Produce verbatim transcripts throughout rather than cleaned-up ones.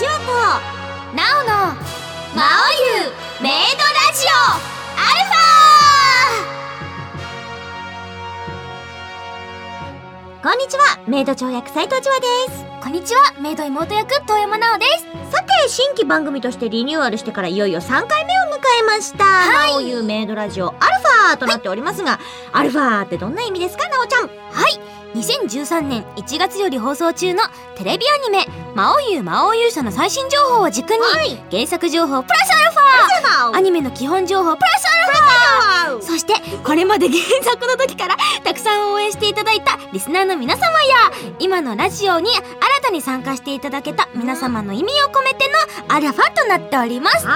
ちわとなおのまおゆメイドラジオアルファ。こんにちは、メイド長役斉藤千和です。 こんにちは、メイド妹役遠山奈緒です。 さて、新規番組としてリニューアルしてからいよいよさんかいめを迎えました、はい、まおゆメイドラジオアルファとなっておりますが、はい、アルファってどんな意味ですか、なおちゃん。 はい、にせんじゅうさんねんいちがつより放送中のテレビアニメまおゆ魔王勇者の最新情報を軸に、はい、原作情報プラスアルファ、アニメの基本情報プラスアルファ、そしてこれまで原作の時からたくさん応援していただいたリスナーの皆様や今のラジオに新たに参加していただけた皆様の意味を込めてのアルファとなっております。 はい、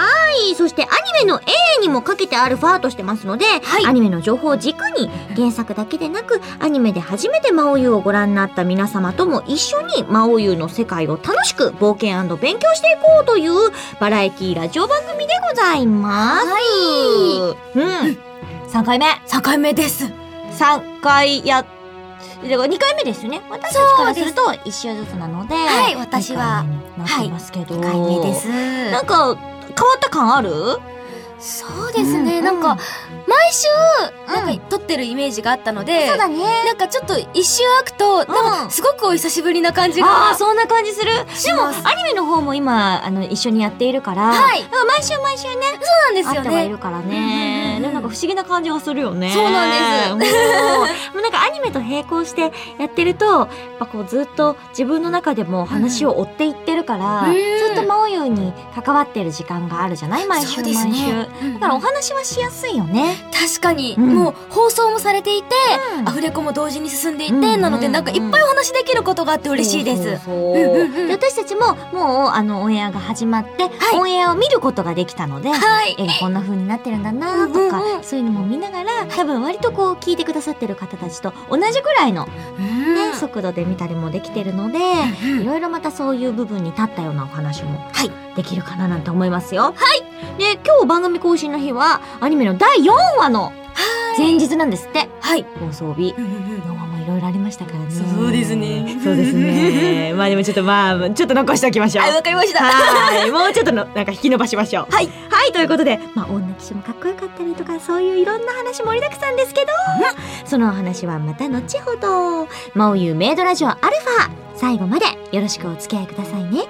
そしてアニメの A にもかけてアルファとしてますので、はい、アニメの情報を軸に原作だけでなくアニメで初めて魔王優をご覧になった皆様とも一緒に魔王優の世界を楽しく冒険&勉強していこうというバラエティラジオ番組でございます。はい、うん、さんかいめさんかいめです。 さんかいやだからにかいめですね。私たちからするといっ週ずつなので、 はい、私はにかいめになってますけど、 はい、にかいめです。 なんか変わった感ある？ そうですね、うんうん、なんか毎週なんか撮ってるイメージがあったので、 うん、そうだね。 なんかちょっと一周空くと、うん、なんかすごくお久しぶりな感じが、 あー、そんな感じする。でもアニメの方も今あの一緒にやっているから、はい、毎週毎週ね、 そうなんですよね、 会ってはいるからね、うん、でもなんか不思議な感じがするよね。 そうなんです。 もうもうなんかアニメと並行してやってるとやっぱこうずっと自分の中でも話を追っていってるから、うん、ずっと魔王優に関わってる時間があるじゃない、毎週毎週、ね、だからお話はしやすいよね。 確かに、うん、もう放送もされていて、うん、アフレコも同時に進んでいて、うん、なのでなんかいっぱいお話できることがあって嬉しいです。 そうそうそうで、私たちももうあのオンエアが始まって、はい、オンエアを見ることができたので、はい、えー、こんな風になってるんだなとか、うんうん、そういうのも見ながら多分割とこう聞いてくださってる方たちと同じぐらいの、ね、速度で見たりもできてるので、いろいろまたそういう部分に立ったようなお話もできるかななんて思いますよ。 はい。 で、今日番組更新の日はアニメのだいよんわの前日なんですって。 はい。 放送日。よんわもいろいろありましたからね。 そうですね。 そうですね。まあでもちょっとまあちょっと残しておきましょう。 はい、わかりました。 はい。もうちょっとのなんか引き伸ばしましょう。 はい。 はい、ということで、まあ女騎士もかっこよかったりとかそういういろんな話盛りだくさんですけど、うん、そのお話はまた後ほど。まおゆメイドラジオアルファ、最後までよろしくお付き合いくださいね。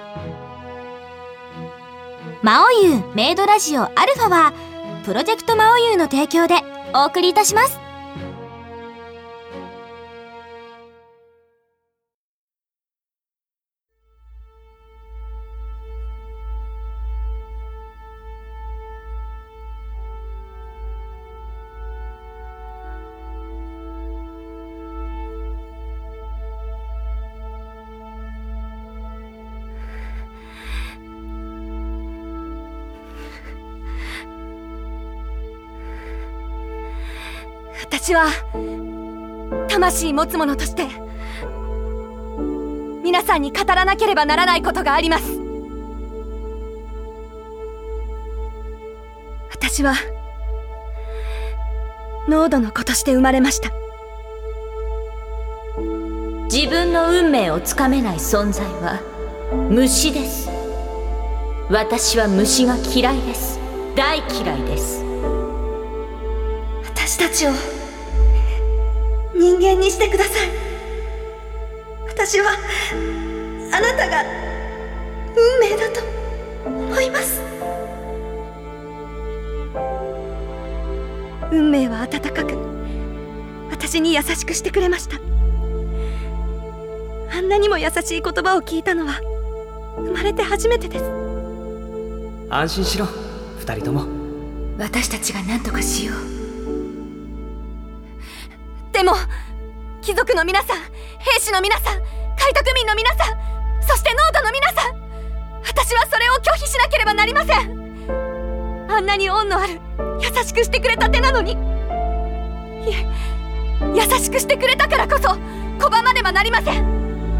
まおゆメイドラジオアルファはプロジェクトまおゆの提供でお送りいたします。私は魂持つ者として皆さんに語らなければならないことがあります。私は濃度の子として生まれました。 自分の運命をつかめない存在は虫です。私は虫が嫌いです。大嫌いです。 私たちを人間にしてください。私はあなたが運命だと思います。運命は温かく私に優しくしてくれました。あんなにも優しい言葉を聞いたのは生まれて初めてです。 安心しろ、二人とも。 私たちが何とかしよう。でも貴族の皆さん、兵士の皆さん、開拓民の皆さん、そして農土の皆さん、私はそれを拒否しなければなりません。あんなに恩のある優しくしてくれた手なのに、いえ、優しくしてくれたからこそ拒まねばなりません。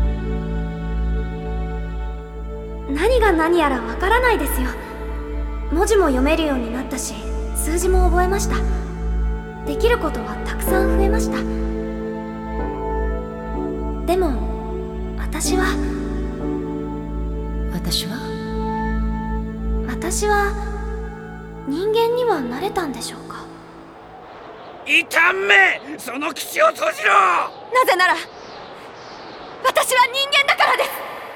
何が何やらわからないですよ。文字も読めるようになったし、数字も覚えました。できることはたくさん増えました。でも私は私は私は人間にはなれたんでしょうか。 異端め、その口を閉じろ。 なぜなら私は人間だからです。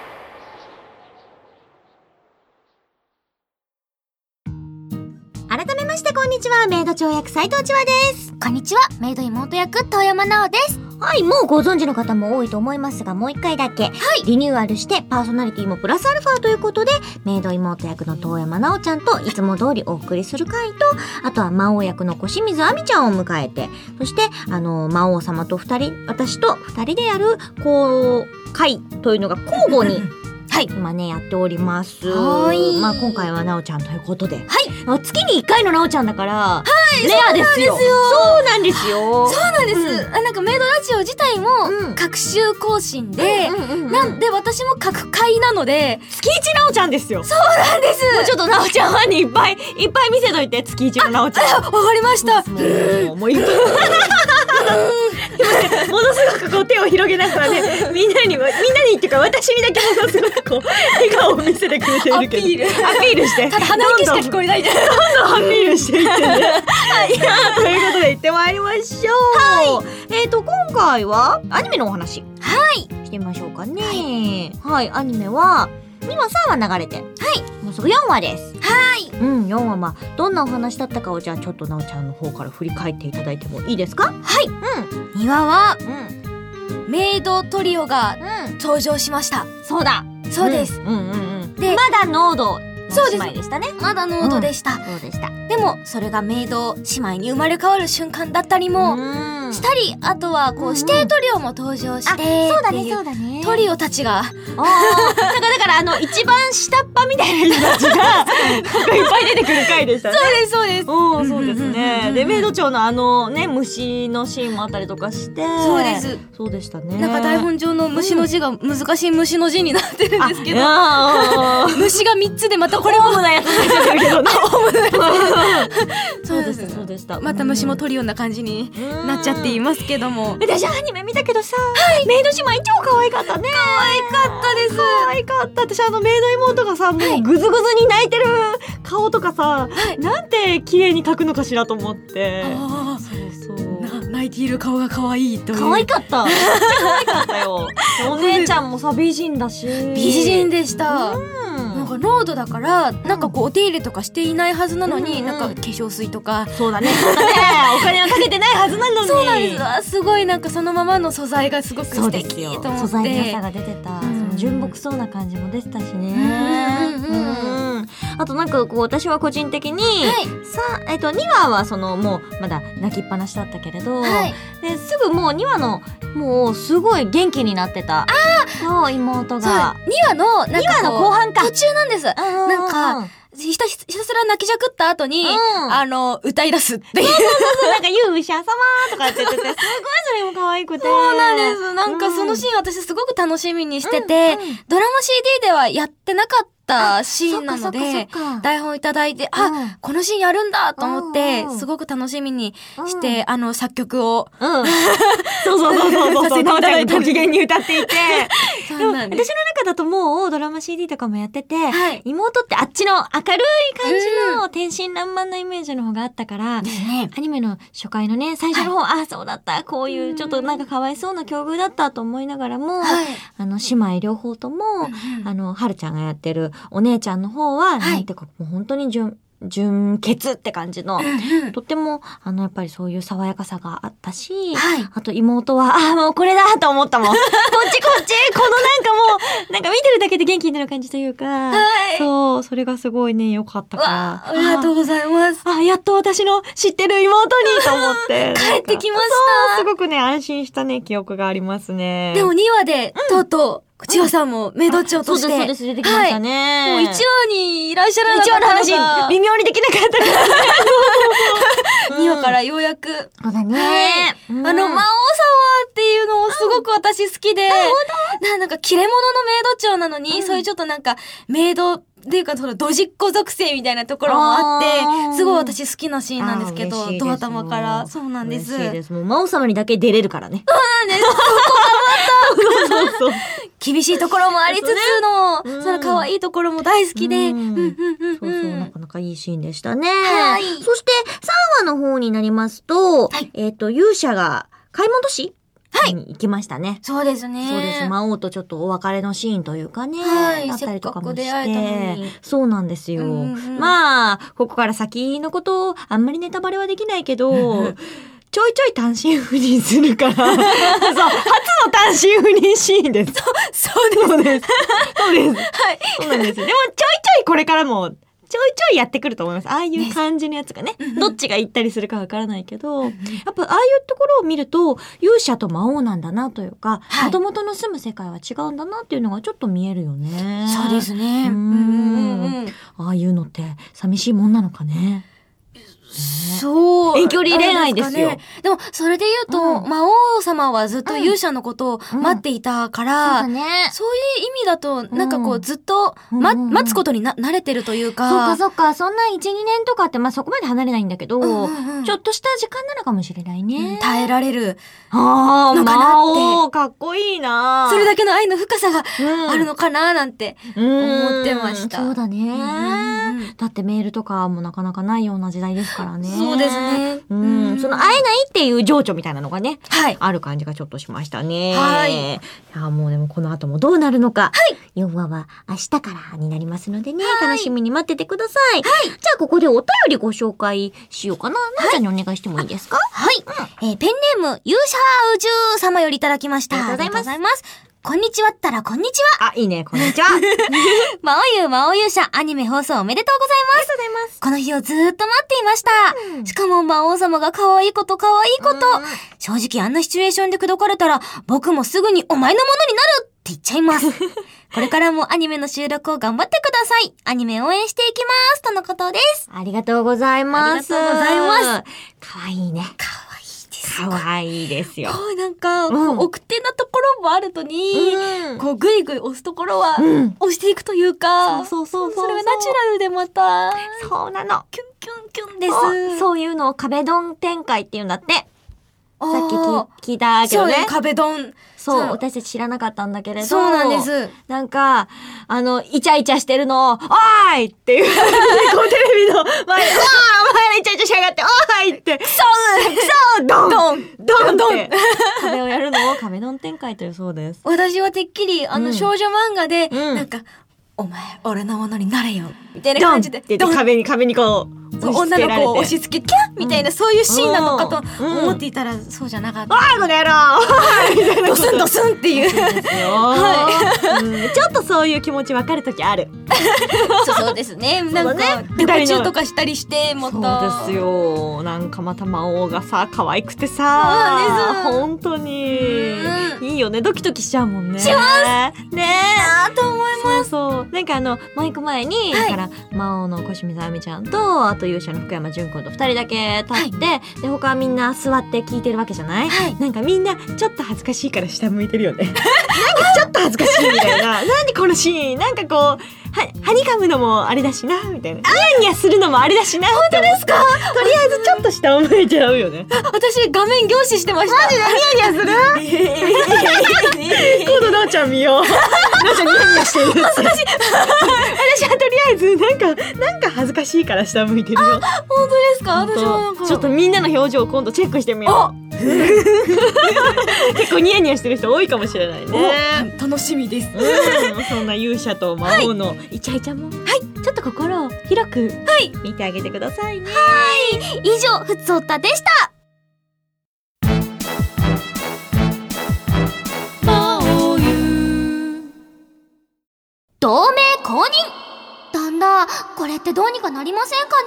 改めましてこんにちは、メイド長役斉藤千和です。 こんにちは、メイド妹役遠山奈緒です。 はい、もうご存知の方も多いと思いますが、もう一回だけ、はい、リニューアルしてパーソナリティもプラスアルファということで、メイド妹役の遠山奈緒ちゃんといつも通りお送りする回と、あとは魔王役の小清水亜美ちゃんを迎えて、そしてあの魔王様と二人、私と二人でやるこう回というのが交互にはい、今ねやっております。はい。まあ今回は奈緒ちゃんということで、はい。月にいっかいの奈緒ちゃんだから、はい、レアですよ。そうなんですよ。 そうなんです。うん、あなんかメイドラジオ自体も各週更新で、なんで私も各回なので月一奈緒ちゃんですよ。 そうなんです。 もうちょっと奈緒ちゃんファンにいっぱいいっぱい見せといて、月一の奈緒ちゃん。 わかりました。 もうもういっぱい。ものすごくこう手を広げながらね、みんなにみんなにっていうか私にだけものすごくこう笑顔を見せてくれてるけど、アピールアピールして、ただ鼻息しか聞こえないじゃん。 どんどんアピールしていってね。はい、ということで行ってまいりましょう。はい。えっと今回はアニメのお話、はいしてみましょうかね。はい、はい、アニメはにわさんわ流れて、はい、もうすぐよんわです。はい。うん、よんわ、まあどんなお話だったかをじゃあちょっとなおちゃんの方から振り返っていただいてもいいですか？ はい。うん。にわは、うん、メイドトリオが登場しました。 うん、そうだ。 そうです。 うん、うんうんうん。で、まだノードの姉妹でしたね。 まだノードでした。 うん、そうでした。 でもそれがメイド姉妹に生まれ変わる瞬間だったりもしたり、あとはこう指定トリオも登場してっていう、 そうだねそうだね、 トリオたちが、あだからだからあの一番下っ端みたいな人たちがなんかいっぱい出てくる回でしたね。 そうですそうです。 おー、そうですね。でメイド長のあのね虫のシーンもあったりとかして、 そうです。 そうでしたね。 なんか台本上の虫の字が難しい虫の字になってるんですけど、虫がみっつでまたこれも主なやつになってるけどね。 そうですそうでした。また虫もトリオな感じになっちゃっていますけども、 私アニメ見たけどさ、はい、メイド姉妹超可愛かったね。 可愛かったです。 可愛かった。私あのメイド妹がさ、もうグズグズに泣いてる顔とかさ、はい、なんて綺麗に描くのかしらと思って。あそうそう。 な泣いている顔が可愛いという。 可愛かった。可愛かったよ。お姉ちゃんもさ美人だし。 美人でした。なんかロードだからなんかこうお手入れとかしていないはずなのに、うんうん、なんか化粧水とかそうだねそうだねお金をかけてないはずなのにそうなんです。すごいなんかそのままの素材がすごく素敵と思って、 素材の良さが出てた、うん、その純朴そうな感じも出てたしね。うんうんうんうん、あとなんかこう私は個人的に、はい、さえっとにわはそのもうまだ泣きっぱなしだったけれど、はい、ですぐもうにわのもうすごい元気になってた。あそう妹がにわのなんかの後半か途中なんです。なんかひたひたすら泣きじゃくった後に、うん、あの歌い出すっていう。そうそうそうなんか勇者様とかって言ってて、すごいそれも可愛くて。 そうなんです。なんかそのシーン私すごく楽しみにしてて、うんうん、ドラマ シーディー ではやってなかったシーンなので台本いただいて、あ、うん、このシーンやるんだと思ってすごく楽しみにして、うん、あの作曲を、うん、そうそうそうそうそうなおちゃんがご機嫌に歌っていてそうなんです。私の中だともうドラマ シーディー とかもやってて、はい、妹ってあっちの明るい感じの天真爛漫なイメージの方があったから、うん、アニメの初回のね最初の方、はい、あそうだったこういうちょっとなんかかわいそうな境遇だったと思いながらも、はい、あの姉妹両方とも、うん、あのはるちゃんがやってるお姉ちゃんの方は、はい、なんていうかもう本当に純純潔って感じの、うんうん、とってもあのやっぱりそういう爽やかさがあったし、はい、あと妹はあもうこれだと思ったもんこっちこっちこのなんかもうなんか見てるだけで元気になる感じというか、はい、そうそれがすごいね良かったから、 ありがとうございます。 あやっと私の知ってる妹にと思って帰ってきました。 すごくね安心したね記憶がありますね。 でもにわで、うん、とうとう千代さんもメイド長として、 そうですそうです出てきましたね。 はい、もういちわにいらっしゃらなかったのがいちわの話微妙にできなかったからにわからようやく、 そうだね、 はい、うん、あの魔王様っていうのをすごく私好きで、うん、な, なんか切れ者のメイド長なのに、うん、そういうちょっとなんかメイドっていうかそのドジっ子属性みたいなところもあってすごい私好きなシーンなんですけど、ドア玉からそうなんです。 嬉しいです。もう魔王様にだけ出れるからね。 そうなんです。そこがまたそうそう厳しいところもありつつの、ね、その可愛いところも大好きで、うんうんうんうん、 そうそうなかなかいいシーンでしたね。はい。そしてさんわの方になりますと、はい、えっと勇者が買い戻しに行きましたね、はい。そうですね。そうです。魔王とちょっとお別れのシーンというかね。はい。だったりとかもして。せっかく出会えたのに。そうなんですよ。うんうん、まあ、ここから先のことをあんまりネタバレはできないけど、ちょいちょい単身赴任するから。そう、初の単身赴任シーンです。 そ、そうです。 そうです。そうです。はい。そうなんです。でもちょいちょいこれからも、ちょいちょいやってくると思います。ああいう感じのやつがね、ねどっちが行ったりするかわからないけど、やっぱああいうところを見ると勇者と魔王なんだなというか、もともとの住む世界は違うんだなっていうのがちょっと見えるよね。 そうですね。うんうんああいうのって寂しいもんなのかね。 そう。 遠距離恋愛ですよ。 で, すね、でも、それで言うと、うん、魔王様はずっと勇者のことを待っていたから、うんうん、そうだね、そういう意味だと、なんかこう、ずっと、ま、うんうん、待つことにな慣れてるというか。 そうかそうか、そんないち、にねんとかって、まあ、そこまで離れないんだけど、うんうんうん、ちょっとした時間なのかもしれないね。うん、 耐えられるのかなって。 魔王、 かっこいいな。 それだけの愛の深さがあるのかな、なんて思ってました。 うん、そうだね、うんうん。だってメールとかもなかなかないような時代ですからね。 そうですね。 うん、その会えないっていう情緒みたいなのがね、はい、ある感じがちょっとしましたね。はい。いやもうでもこの後もどうなるのか、はい、よんわは明日からになりますのでね、はい、楽しみに待っててください。はい。じゃあここでお便りご紹介しようかな。なっちゃんにお願いしてもいいですか？ はい。うん、えー、ペンネーム勇者宇宙様よりいただきました。 ありがとうございます。 こんにちはったらこんにちは。 あ、いいね、こんにちは。 魔王優魔王勇者アニメ放送おめでとうございます。ありがとうございます。この日をずーっと待っていました。うん、しかも魔王様が可愛いこと可愛いこと。うん、正直あんなシチュエーションで口説かれたら僕もすぐにお前のものになるって言っちゃいます。これからもアニメの収録を頑張ってください。アニメ応援していきます。とのことです。 ありがとうございます。 ありがとうございます。 可愛いね。 可愛いです。 可愛いですよ。 こうなんか、こう奥手なところもあるのに、うん、こうグイグイ押すところは、うん、押していくというか、 そうそうそうそう。 それはナチュラルでまた、 そうなの。 キュンキュンキュンです。 そういうのを壁ドン展開って言うんだって。さっき聞いたけどね。 そう、壁ドン。 そう、私たち知らなかったんだけれど。 そうなんです。 なんか、あの、イチャイチャしてるのを、おーいっていう、こうテレビの前で、おーお前らイチャイチャしやがって、おーいって、クソークソードンドンドンドンって壁をやるのを壁ドン展開というそうです。 私はてっきり、あの、少女漫画で、うん、なんか、お前、俺のものになれよみたいな感じで。 ドンって言って壁に、壁にこう、 女の子を押し付け、キャッみたいな、そういうシーンなのかと思っていたら、そうじゃなかった。 あーこの野郎ドスンドスンっていう。そうですよ。 はい。ちょっとそういう気持ち分かるときある。 そうですね。なんか、デコチューとかしたりして、また。 そうですよ。なんかまた魔王がさ、可愛くてさ、本当に、いいよね。ドキドキしちゃうもんね。 しますねえ、と思います。 そう。なんかあの、もう一個前に、だから、魔王の小清水あみちゃんと、あと勇者の福山潤君と二人だけ立って、はい、で他はみんな座って聞いてるわけじゃない、はい、なんかみんなちょっと恥ずかしいから下向いてるよね。なんかちょっと恥ずかしいみたいな。なんでこのシーンなんかこうははにかむのもあれだしなみたいな。ニヤニヤするのもあれだしな。 本当ですか？ とりあえずちょっと下を向いちゃうよね。 私画面凝視してました。 マジでニヤニヤする？今度なおちゃん見よう。なおちゃんニヤニヤしてる。 恥ずかしい。 私はとりあえずなんかなんか恥ずかしいから下向いてるよ。 本当ですか？私はなんかちょっとみんなの表情を今度チェックしてみよう。結構ニヤニヤしてる人多いかもしれないね。 楽しみです。 うん、そんな勇者と魔王のイチャイチャも、はい、ちょっと心を広く、はい、見てあげてくださいね。 はい、以上ふつおたでした。魔王優同盟公認。旦那、これってどうにかなりませんかね。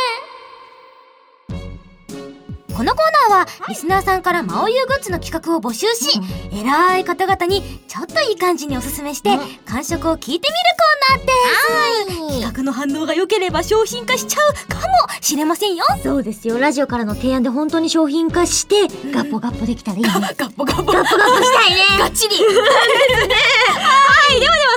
このコーナーはリスナーさんから魔王優グッズの企画を募集し、うん、偉い方々にちょっといい感じにおすすめして、うん、感触を聞いてみるコーナーです。企画の反応が良ければ商品化しちゃうかもしれませんよ。 そうですよ。ラジオからの提案で本当に商品化して、うん、ガッポガッポできたらいいね。 ガッポガッポガッポガッポしたいね。 ガッチリ。 はい、ではでは早速リ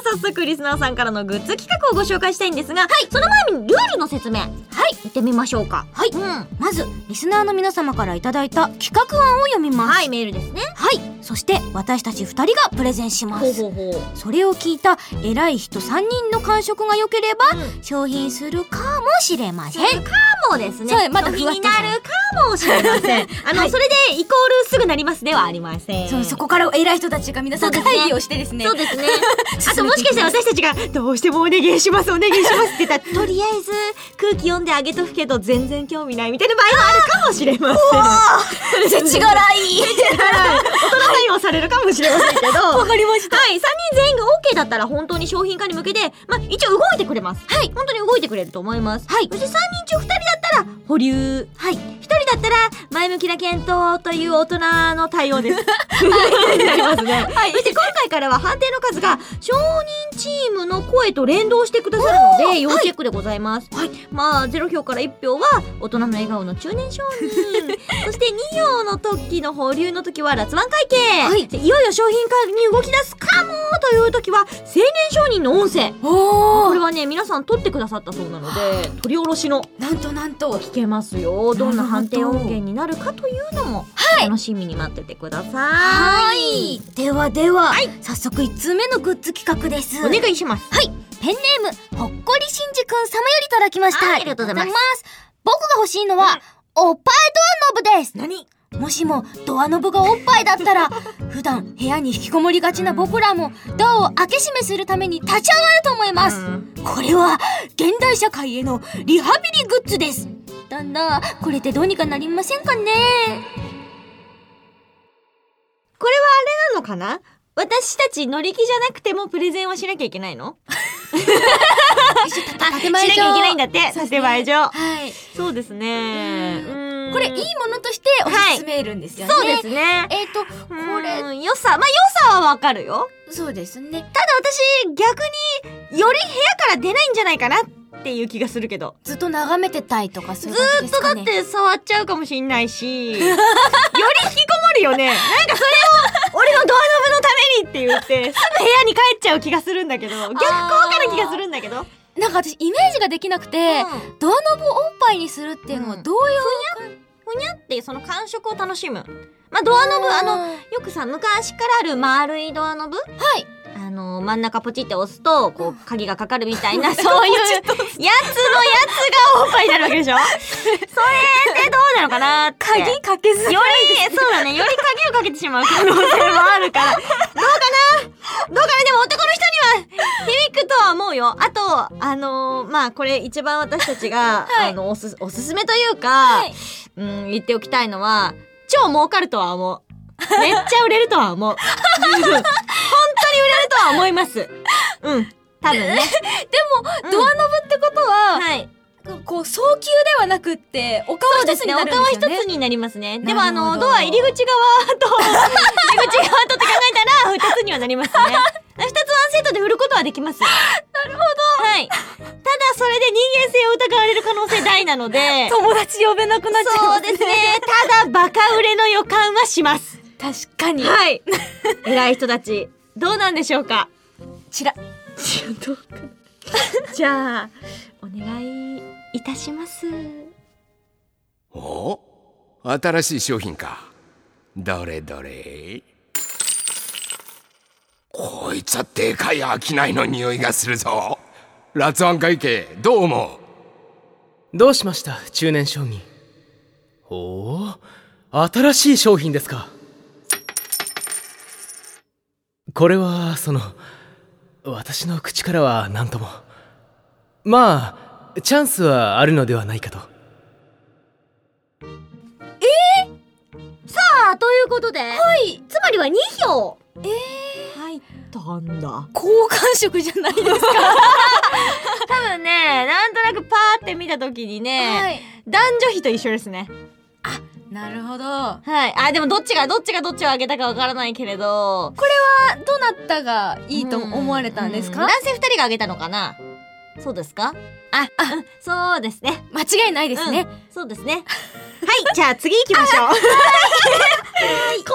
リスナーさんからのグッズ企画をご紹介したいんですが、はい、その前にルールの説明、はい、行ってみましょうか。 はい、うん、まずリスナーの皆様からいただいた企画案を読みます。 はい、メールですね。 はい、そして私たちふたりがプレゼンします。ほうほうほう。それを聞いた偉い人さんにんの感触が良ければ、うん、商品するかもしれません。 かもですね。 そう、まだふわっとになるかもしれません。あの、はい、それでイコールすぐなりますではありません。 そう、そこから偉い人たちが皆さん会議をしてですね。 そうですね。あともしかしたら私たちがどうしてもお願いしますお願いしますって言ったらとりあえず空気読んであげとくけど全然興味ないみたいな場合もあるかもしれません。 せちがらい大人対応されるかもしれませんけどわかりました。 はい、さんにん全員が OK だったら本当に商品化に向けて、まあ、一応動いてくれます。はい、本当に動いてくれると思います。はい、そしてさんにん中ふたりだったら保留、はい、ひとりだったら前向きな検討という大人の対応です。はい、なりますね。はい、そして今回からは判定の数が証人チームの声と連動してくださるので要チェックでございます。はい、まあゼロ票からいち票は大人の笑顔の中年証人そしてに票の時の保留の時は辣腕会計、はい、いよいよ商品化に動き出すかもという時は青年証人の音声、これはね皆さん撮ってくださったそうなので取り下ろしのなんとなんと聞けますよ。どんな判定音源になるかというのも楽しみに待っててください。 はい、ではでは、はい、早速いち通目のグッズ企画です。 お願いします。 はい、ペンネームほっこりしんじくん様よりいただきました。 ありがとうございます。 僕が欲しいのは、うん、おっぱいドアノブです。 何？ もしもドアノブがおっぱいだったら普段部屋に引きこもりがちな僕らもドアを開け閉めするために立ち上がると思います。うん、これは現代社会へのリハビリグッズです。旦那、これってどうにかなりませんかね。 これはあれなのかな、私たち乗り気じゃなくてもプレゼンはしなきゃいけないの？ あ、建前上しなきゃいけないんだって。建前上。 はい。 そうですね。 うん、これいいものとして推し進めるんですよね。 そうですね。 えっとこれ良さ、まあ良さはわかるよ。 そうですね。 ただ私逆により部屋から出ないんじゃないかなっていう気がするけど。 ずっと眺めてたいとかそういう感じですかね。 ずっとだって触っちゃうかもしんないし、より引きこもるよね。なんかそれを俺のドアノブのためにって言ってすぐ部屋に帰っちゃう気がするんだけど、逆効果な気がするんだけど。 なんか私イメージができなくて、うん、ドアノブをおっぱいにするっていうのはどういう、 うん、ふにゃふにゃってその感触を楽しむ。まあドアノブ、あのよくさ昔からある丸いドアノブ、はい、あの真ん中ポチって押すとこう鍵がかかるみたいなそういうやつのやつがおっぱいになるわけでしょ。それってどうなのかなって。 鍵かけずよりそうだね、より鍵をかけてしまう可能性もあるからどうかなどうかな。でも男の人には響くとは思うよ。あとあのー、まあこれ一番私たちが、はい、あのおすおすすめというか、はい、うん言っておきたいのは超儲かるとは思う。めっちゃ売れるとは思う。本当に売れるとは思います。うん、多分ね。でも、ドアノブってことは、はい、こう早急ではなくってお顔一つになるんですよね。 お顔一つになりますね。でもあのドア入り口側と入り口側とって考えたら二つにはなりますね。二つワンセットで売ることはできます。なるほど。 はい。ただそれで人間性を疑われる可能性大なので友達呼べなくなっちゃいますね。 そうですね。ただバカ売れの予感はします。 確かに。 はい。偉い人たちどうなんでしょうか。 ちらちらどうかじゃあお願いいたします。 お、新しい商品か。どれどれ。こいつはでかい商いの匂いがするぞ。辣腕会計どう思う？どうしました中年商人。おお、新しい商品ですか。これはその私の口からは何とも。まあチャンスはあるのではないかと。 えー、さあということで、はい、つまりはに票。えー、入ったんだ。 好感触じゃないですか。 多分ね、なんとなくパーって見た時にね、はい、男女比と一緒ですね。 あ、なるほど。 はい。あ、でもどっちがどっちがどっちを上げたかわからないけれど、 これはどなたがいいと思われたんですか？ うんうん、男性ふたりが上げたのかな。そうですか？あ、あ、うん、そうですね。 間違いないですね。 うん、そうですね。はい、じゃあ次行きましょう。はい、これは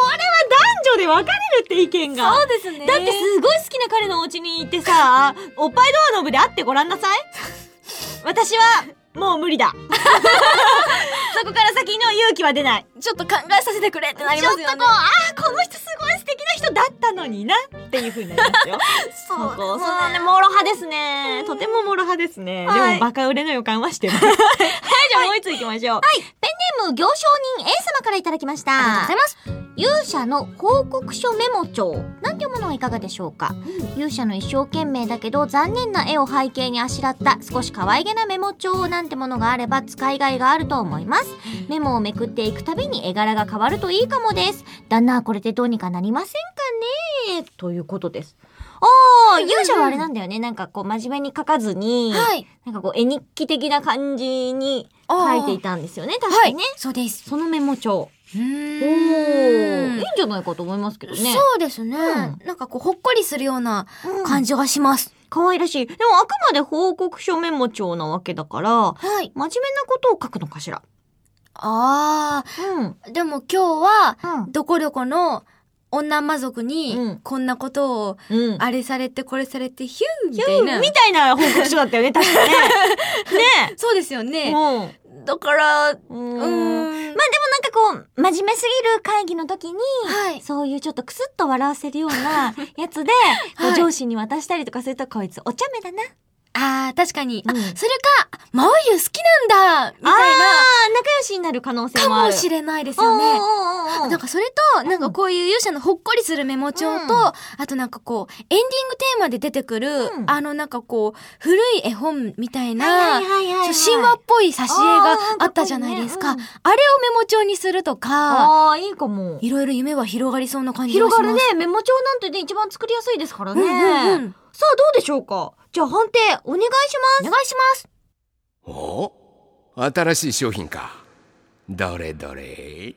女で分かれるって意見が。 そうですね。 だってすごい好きな彼のお家に行ってさ、おっぱいドアノブで会ってごらんなさい。私はもう無理だ。そこから先の勇気は出ない。 ちょっと考えさせてくれってなりますよね。 ちょっとこう、ああこの人すごい素敵な人だったのになっていう風になりますよ。そう、そうそうね、もろ派ですね。とてももろ派ですね。はい、でもバカ売れの予感はしてます。はい、じゃあもう一つ行きましょう。はい、ペンネーム行商人 A 様からいただきました。 ありがとうございます。 勇者の報告書メモ帳なんていうものはいかがでしょうか。うん、勇者の一生懸命だけど残念な絵を背景にあしらった少し可愛げなメモ帳なんてものがあれば使いがいがあると思います。メモをめくっていくたびに絵柄が変わるといいかもです。旦那これでどうにかなりませんかね、ということです。ああ、勇者はあれなんだよね。なんかこう真面目に書かずに、はい、なんかこう絵日記的な感じに書いていたんですよね。確かにね、 はい、そうです。 そのメモ帳、うーん、おー、いいんじゃないかと思いますけどね。 そうですね、うん、なんかこうほっこりするような感じがします。 可愛らしい。でもあくまで報告書メモ帳なわけだから、はい、真面目なことを書くのかしら。 あー、うん、でも今日は、うん、どこどこの女魔族にこんなことを、うん、あれされてこれされてヒューみたいなみたいな報告書だったよね。確かね。ね、 そうですよね。 うん、 だからうーん、まあでもなんかこう真面目すぎる会議の時に、はい、そういうちょっとクスッと笑わせるようなやつで、はい、上司に渡したりとかすると、こいつお茶目だな。 あー、確かに、うん、あ、それかマオユ好きなんだみたいな、あー、仲良しになる可能性もあるかもしれないですよね。なんかそれと、なんかこういう勇者のほっこりするメモ帳と、うん、あとなんかこうエンディングテーマで出てくる、うん、あのなんかこう古い絵本みたいな神話っぽい挿絵があったじゃないですか。あ, ね、うん、あれをメモ帳にするとか、 あー、いいかも。 いろいろ夢は広がりそうな感じがします。 広がるね。メモ帳なんてね、一番作りやすいですからね。うんうんうん、さあどうでしょうか。じゃあ判定お願いします。 お願いします。 お、新しい商品か。どれどれ。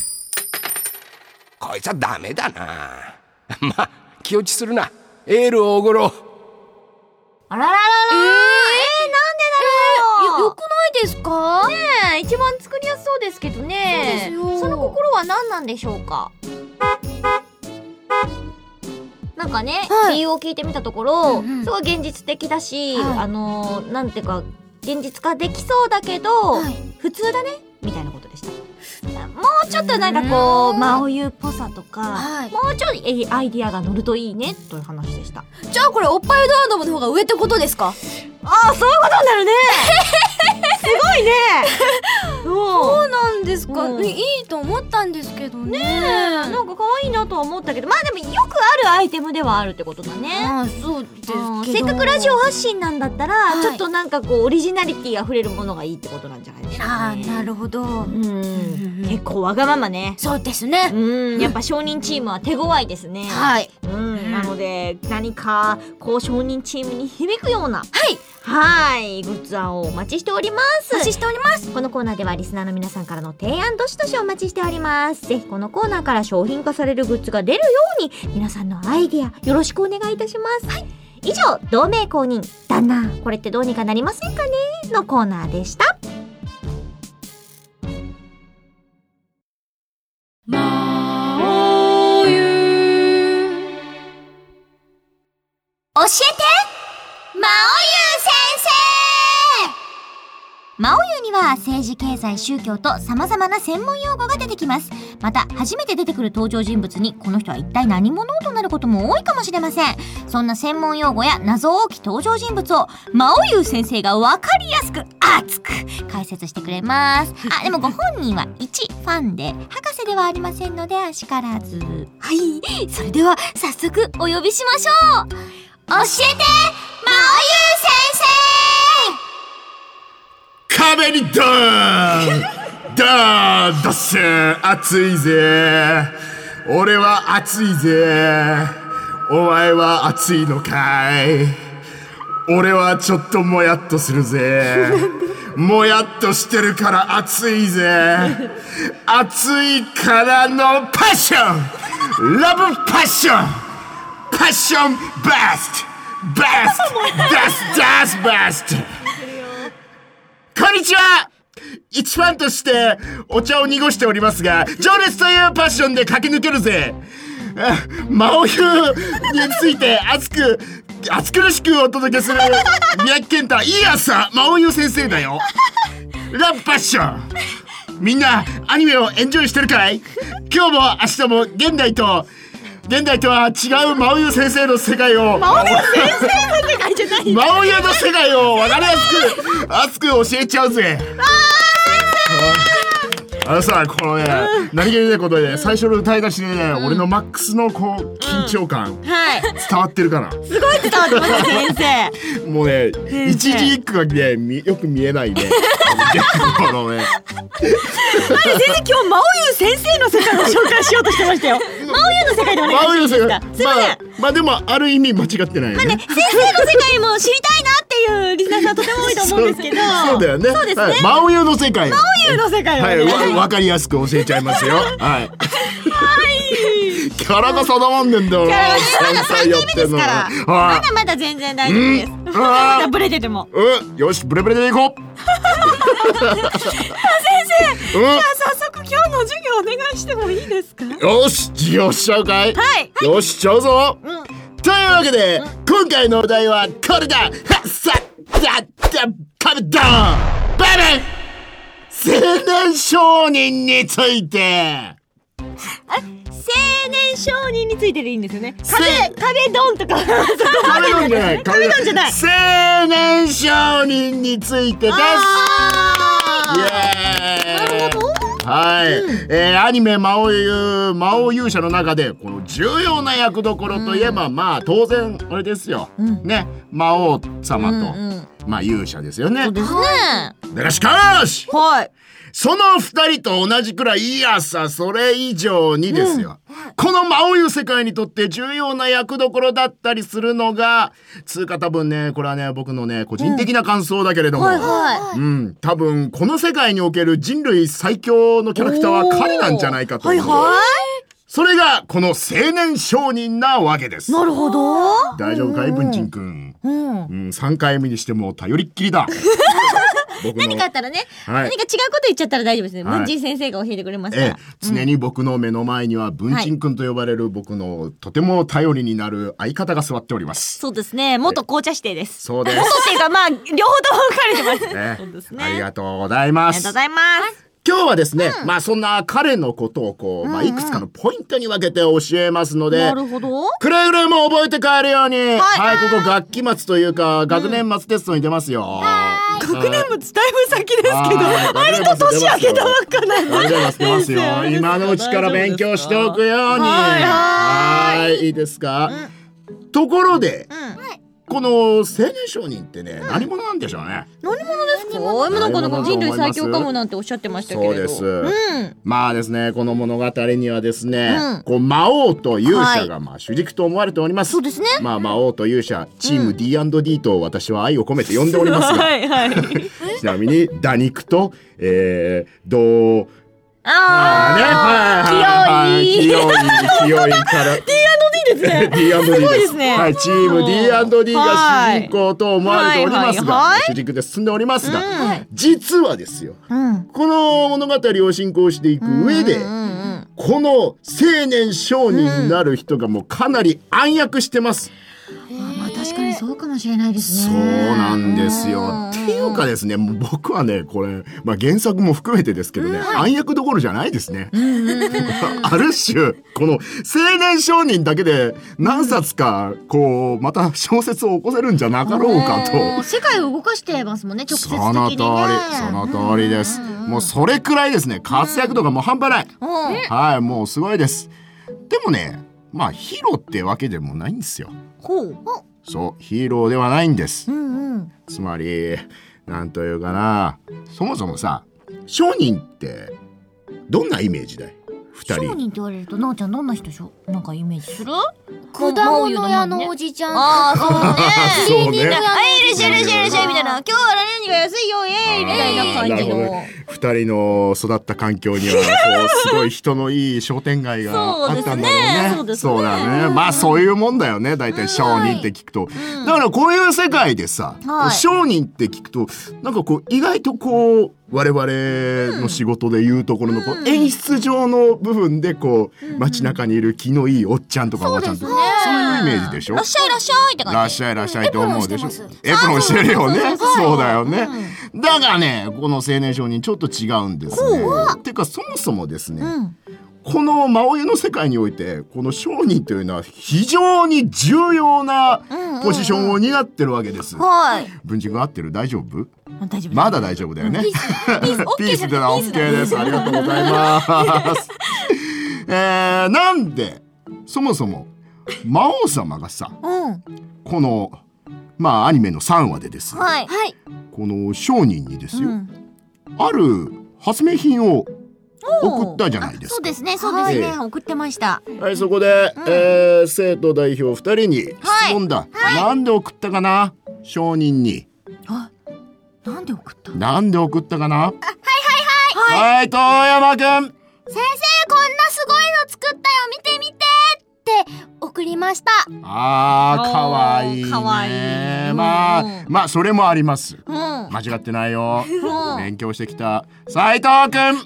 こいつはダメだな。まあ気落ちするな。エールをおごろう。 あらららら、えー、えー、なんでだろう。 えー、よ, よくないですか。 ねえ、一番作りやすそうですけどね。そうですよ。その心は何なんでしょうか。なんかね、はい、理由を聞いてみたところ、うんうん、すごい現実的だし、はい、あのー、なんていうか現実化できそうだけど、はい、普通だねみたいなことでした。もうちょっとなんかこうマオユっぽさとか、はい、もうちょいアイディアが乗るといいねという話でした。 じゃあこれおっぱいドアノブの方が上ってことですか。 ああ、そういうことになるね。すごいね。 そうなんですか、うん、いいと思ったんですけどね。 ねえ、なんか可愛いなとは思ったけど、まあでもよくあるアイテムではあるってことだね。 ああ、そうですけど、 せっかくラジオ発信なんだったら、はい、ちょっとなんかこうオリジナリティあふれるものがいいってことなんじゃないですかね。 ああ、なるほど。うん、 結構わがままね。 そうですね。 うん、やっぱ承認チームは手強いですね。 はい。 うん、なので何かこう承認チームに響くような、 はいはいグッズ案をお待ちしております。 お待ちしております。 このコーナーではリスナーの皆さんからの提案どしどしお待ちしております。ぜひこのコーナーから商品化されるグッズが出るように皆さんのアイディアよろしくお願いいたします。はい、以上、同盟公認旦那これってどうにかなりませんかねのコーナーでした。 まおゆ教えてまおゆ先生。 マオユには政治経済宗教と様々な専門用語が出てきます。また初めて出てくる登場人物にこの人は一体何者となることも多いかもしれません。そんな専門用語や謎多き登場人物をマオユ先生が分かりやすく熱く解説してくれます。あ、でもご本人は一ファンで博士ではありませんのであしからず。 はい、それでは早速お呼びしましょう。教えてマオユ先生。 壁にドーンドーンどっしゃ熱いぜ。俺は熱いぜ。お前は熱いのかい。俺はちょっともやっとするぜ。もやっとしてるから熱いぜ。熱いからのパッションラブパッションパッションバストバストダスダスバスト。こんにちは、 一ファンとしてお茶を濁しておりますが、情熱というパッションで駆け抜けるぜ。魔王湯について熱く熱苦しくお届けする宮城健太、いい朝魔王湯先生だよ。ラブパッション、みんなアニメをエンジョイしてるかい？今日も明日も現代と現代とは違う魔王湯先生の世界を魔王湯先生の世界じゃない魔王湯の世界を分かりやすく熱く教えちゃうぜ。あのさ、このね、うん、何気にね、ことで、ね、最初の歌い出しでね、うん、俺のマックスのこう緊張感、うん、はい、伝わってるから。 すごい伝わってます先生。もうね、一字一句がね、よく見えないね。このね。 先生、今日魔王湯先生の世界を紹介しようとしてましたよ。魔王湯の世界でお願いします。すいません。 まあ、まあでもある意味間違ってないよね。 まあね、先生の世界も知りたいなっていうリスナーさんとても多いと思うんですけど。 そう、そうだよね。そうですね。はい、魔王湯の世界。 魔王湯の世界をね。 はい、わ、わかりやすく教えちゃいますよ。はい。はい。キャラが定まんねんだよ。キャラがまださんにんめですから。まだまだ全然大丈夫です。まだまだブレてても。 うん、よし、ブレブレでいこう。 先生、うん、じゃあ早速今日の授業お願いしてもいいですか？ よし、授業しちゃうかい？ はい。 よし、しちゃうぞ。うん、というわけで、うん、今回のお題はこれだ。はっさっだったかぶどんバイバイ。青年商人について。 青年商人についてでいいんですよね。壁壁ドンとか壁ドンじゃない、 壁ドンじゃない、 青年商人についてです。イエーイ。なるほど。はい、うん、えー、アニメ魔王勇魔王勇者の中でこの重要な役どころといえば、うん、まあ当然あれですよ、うん、ね、魔王様と、うんうん、まあ勇者ですよね。 そうですね。 だがしかし、 はい、 その二人と同じくらい、いやさそれ以上にですよ、うん、この魔王湯世界にとって重要な役どころだったりするのがつうか、多分ね、これはね僕のね個人的な感想だけれども、うん、はいはい、うん、多分この世界における人類最強のキャラクターは彼なんじゃないかと思う。はいはい、それがこの青年商人なわけです。 なるほど。 大丈夫かい文鎮くん、うんうん、さんかいめにしても頼りっきりだ。 何かあったらね、はい、何か違うこと言っちゃったら大丈夫ですね。文鎮先生が教えてくれますから、 ええ、常に僕の目の前には文鎮くんと呼ばれる僕のとても頼りになる相方が座っております。 そうですね、元紅茶指定です。 そうです。 元っていうかまあ両方とも書かれてます、 ね、そうですね。ありがとうございます。 ありがとうございます。 今日はですね、うん、まあそんな彼のことをこう、うんうん、まあいくつかのポイントに分けて教えますので、 なるほど、 くれぐれも覚えて帰るように、はい、はい、ここ学期末というか、うん、学年末テストに出ますよ。 学年末だいぶ先ですけど、割と年明けたばっかなんで。 学年末出ますよ。今のうちから勉強しておくように。はいはい、いいですか。うん、ところで、うん、この青年商人ってね、うん、何者なんでしょうね。 何者ですか？今なんかなんか人類最強かもなんておっしゃってましたけれど。 そうです、うん、まあですね、この物語にはですね、うん、こう魔王と勇者がまあ主軸と思われております。 そうですね。 まあ魔王と勇者チーム ディーアンドディー と私は愛を込めて呼んでおりますが、はいはい、ちなみに打肉と、えー、どうああ、ね、はい、 清い清い清いからディーアンドディー ですね。 ディーアンドディー ですね。はい、チーム ディーアンドディー が主人公と思われておりますが、はいはいはい、主軸で進んでおりますが、うん、実はですよ、うん、この物語を進行していく上で、うんうんうん、この青年商人になる人がもうかなり暗躍してます。 まあ確かにそうかもしれないですね。 そうなんですよ。っていうかですね、もう僕はねこれ、まあ、原作も含めてですけどね、うん、暗躍どころじゃないですね。ある種この青年商人だけで何冊かこうまた小説を起こせるんじゃなかろうかと。 世界を動かしてますもんね、直接的にね。 その通り、その通りです。もうそれくらいですね、活躍度がもう半端ない。はい、もうすごいです。でもね、まあヒーローってわけでもないんですよ。 ほう。 そう、ヒーローではないんです、うんうん、つまりなんというかな、そもそもさ、商人ってどんなイメージだい？ふたり。 商人って言われるとなおちゃんどんな人でしょ？なんかイメージする？ 果物屋のおじちゃん。 ああ、そうね。 そうね。 みんなが「いらっしゃいいらっしゃいいらっしゃい」みたいな「今日は何が安いよイエーイ」みたいな感じの。 二人の育った環境にはこうすごい人のいい商店街があったんだろうね。 そうですね。 そうだね。まあそういうもんだよね。だいたい商人って聞くと、だからこういう世界でさ、商人って聞くとなんかこう意外とこう我々の仕事でいうところのこう演出上の部分でこう街中にいる気のいいおっちゃんとかおばちゃんとか、そういうイメージでしょ。 らっしゃいらっしゃいって感じ。 らっしゃいらっしゃいと思うでしょ。エプロンしてるよね。そうだよね。だがね、この青年商人ちょっと違うんですね。てかそもそもですね、この魔王湯の世界においてこの商人というのは非常に重要なポジションを担ってるわけです。文鎮が合ってる？大丈夫？ 大丈夫。 まだ大丈夫だよね。 ピース、ピース、 ピースでは OK です。ありがとうございます。えー、なんでそもそも魔王様がさ、うん、このまあアニメのさんわでですね、はい、この商人にですよ、うん、ある発明品を送ったじゃないですか。 そうですね、そうですね、えー、送ってました。 はい、そこで、うん、えー、生徒代表ふたりに質問だ、はいはい、なんで送ったかな、商人に。 あ、なんで送ったなんで送ったかな。あ、はいはいはいはい、遠山くん。 先生、こんなすごいの作ったよ、見て見てって送りました。 あー、かわいいね。かわいい。まあまあそれもあります、うん、間違ってないよ、うん、勉強してきた斉藤くん。 はい、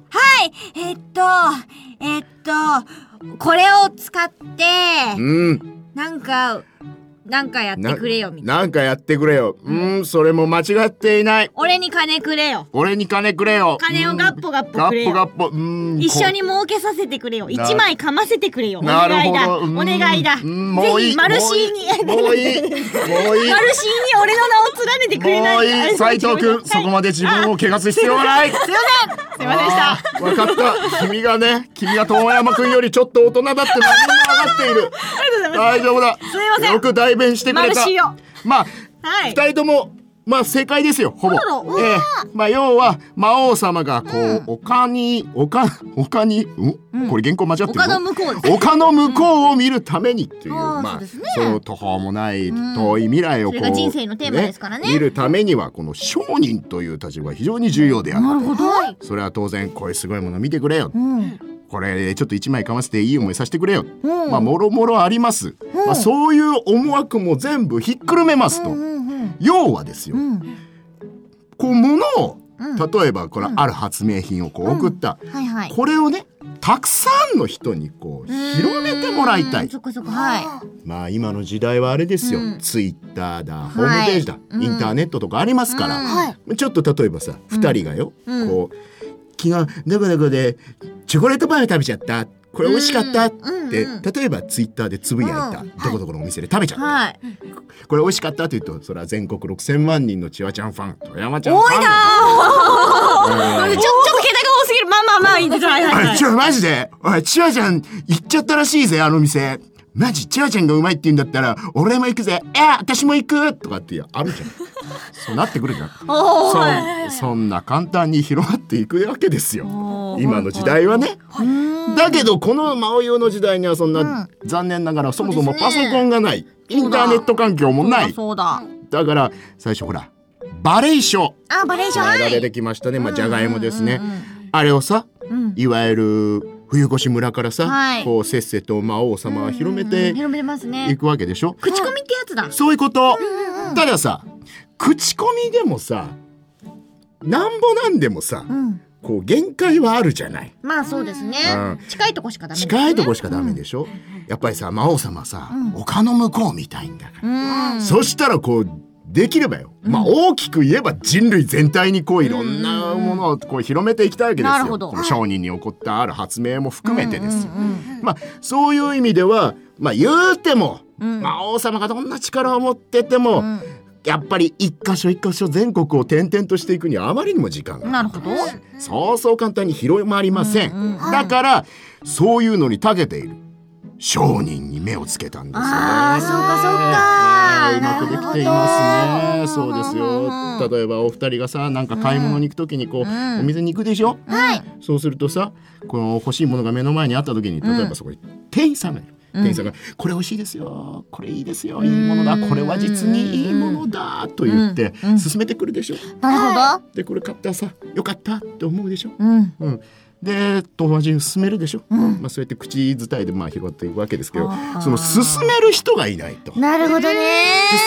えっとえっとこれを使って、うん、なんかなんかやってくれよみたいな。 なんかやってくれよ。うん、それも間違っていない。 俺に金くれよ。 俺に金くれよ。 金をガッポガッポくれよ。 ガッポガッポ。うん。 一緒に儲けさせてくれよ。一枚かませてくれよ。お願いだ。お願いだ。 もういい。 マルシーに。 もういい。もういい。 マルシーに俺の名を連ねてくれない。 もういい。斉藤くん、そこまで自分を汚す必要はない。 すいません。すいませんでした。 わかった。君がね、君が遠山くんよりちょっと大人だってのはみんな分かっている。大丈夫だ。 すいません。 よく代弁してくれた。まあ、はい、ふたりともまあ正解ですよ、ほぼ。えー、まあ要は魔王様がこう、うん、丘に丘丘にん、うん、これ原稿間違ってるの？ 丘の向こうです。 丘の向こうを見るためにっていう、うん、まあ そ,、ね、その途方もない遠い未来をこう、 それが人生のテーマですからね、 見るためにはこの商人という立場が非常に重要である。 なるほど。 それは当然こういうすごいもの見てくれよ。うん、これちょっと一枚かませていい思いさせてくれよ、うん、まあもろもろあります、うん、まあ、そういう思惑も全部ひっくるめますと、うんうんうん、要はですよ、うん、こう物を、うん、例えばこれある発明品をこう送った、うんはいはい、これをねたくさんの人にこう広めてもらいたい。 そこそこ、はい、 まあ今の時代はあれですよ、うん、ツイッターだ、ホームページだ、はい、インターネットとかありますから、うん、ちょっと例えばさ、うん、ふたりがよ、うん、こう昨日どこどこでチョコレートパイを食べちゃった、これ美味しかったって、うんうんうん、例えばツイッターでつぶやいた、うん、どこどこのお店で食べちゃった、はい、これ美味しかったって言うとそれは全国ろくせんまんにんのちわちゃんファン、富山ちゃんファン、 多いなーちょっと桁が多すぎる。まあまあまあいいです。はいはいはい。 ちょマジでおい、ちわちゃん行っちゃったらしいぜ、あの店。マジちわちゃんがうまいって言うんだったら俺も行くぜ、え私も行くとかってあるじゃんそうなってくるじゃんそ, そんな簡単に広がっていくわけですよ、今の時代はね。だけどこの魔王用の時代にはそんな、うん、残念ながらそもそもパソコンがない、インターネット環境もない。 そうだ、 だから最初ほらバレーショー、 あバレーショー、 あれ出てきましたね、まあじゃがいもですね、うんうんうんうん、あれをさ、うん、いわゆる冬越村からさ、はい、こうせっせと魔王様は広めていくわけでしょ。 口コミってやつだ。 そういうこと、うんうん、たださ口コミでもさなんぼなんでもさ、うん、こう限界はあるじゃない。 まあそうですね、うん、近いとこしかダメですね。 近いとこしかダメでしょ、うん、やっぱりさ魔王様さ、うん、丘の向こうみたいんだから、うん、そしたらこうできればよ、うん、まあ大きく言えば人類全体にこういろんなものをこう広めていきたいわけですよ。 なるほど。 この商人に起こったある発明も含めてですよ、うんうんうん、まあそういう意味ではまあ言うても、うん、魔王様がどんな力を持ってても、うん、やっぱり一箇所一箇所全国を転々としていくにはあまりにも時間が。 なるほど。 そうそう簡単に広まりません、うんうん、だからそういうのに長けている商人に目をつけたんですよね。 ああそうかそうか、 うまくできていますね。そうですよ。例えばお二人がさなんか買い物に行くときにこう、うん、お店に行くでしょ、はい、そうするとさこの欲しいものが目の前にあったときに例えばそこに店員さんがいる、うん、店員さんがこれ美味しいですよ、これいいですよ、いいものだ、これは実にいいものだと言って勧めてくるでしょ、 うん、なるほど。 でこれ買ったらさよかったって思うでしょ、うんうん、で友達に勧めるでしょ、うんまあ、そうやって口伝えでまあ広がっていくわけですけど、その勧める人がいないと。 なるほどね。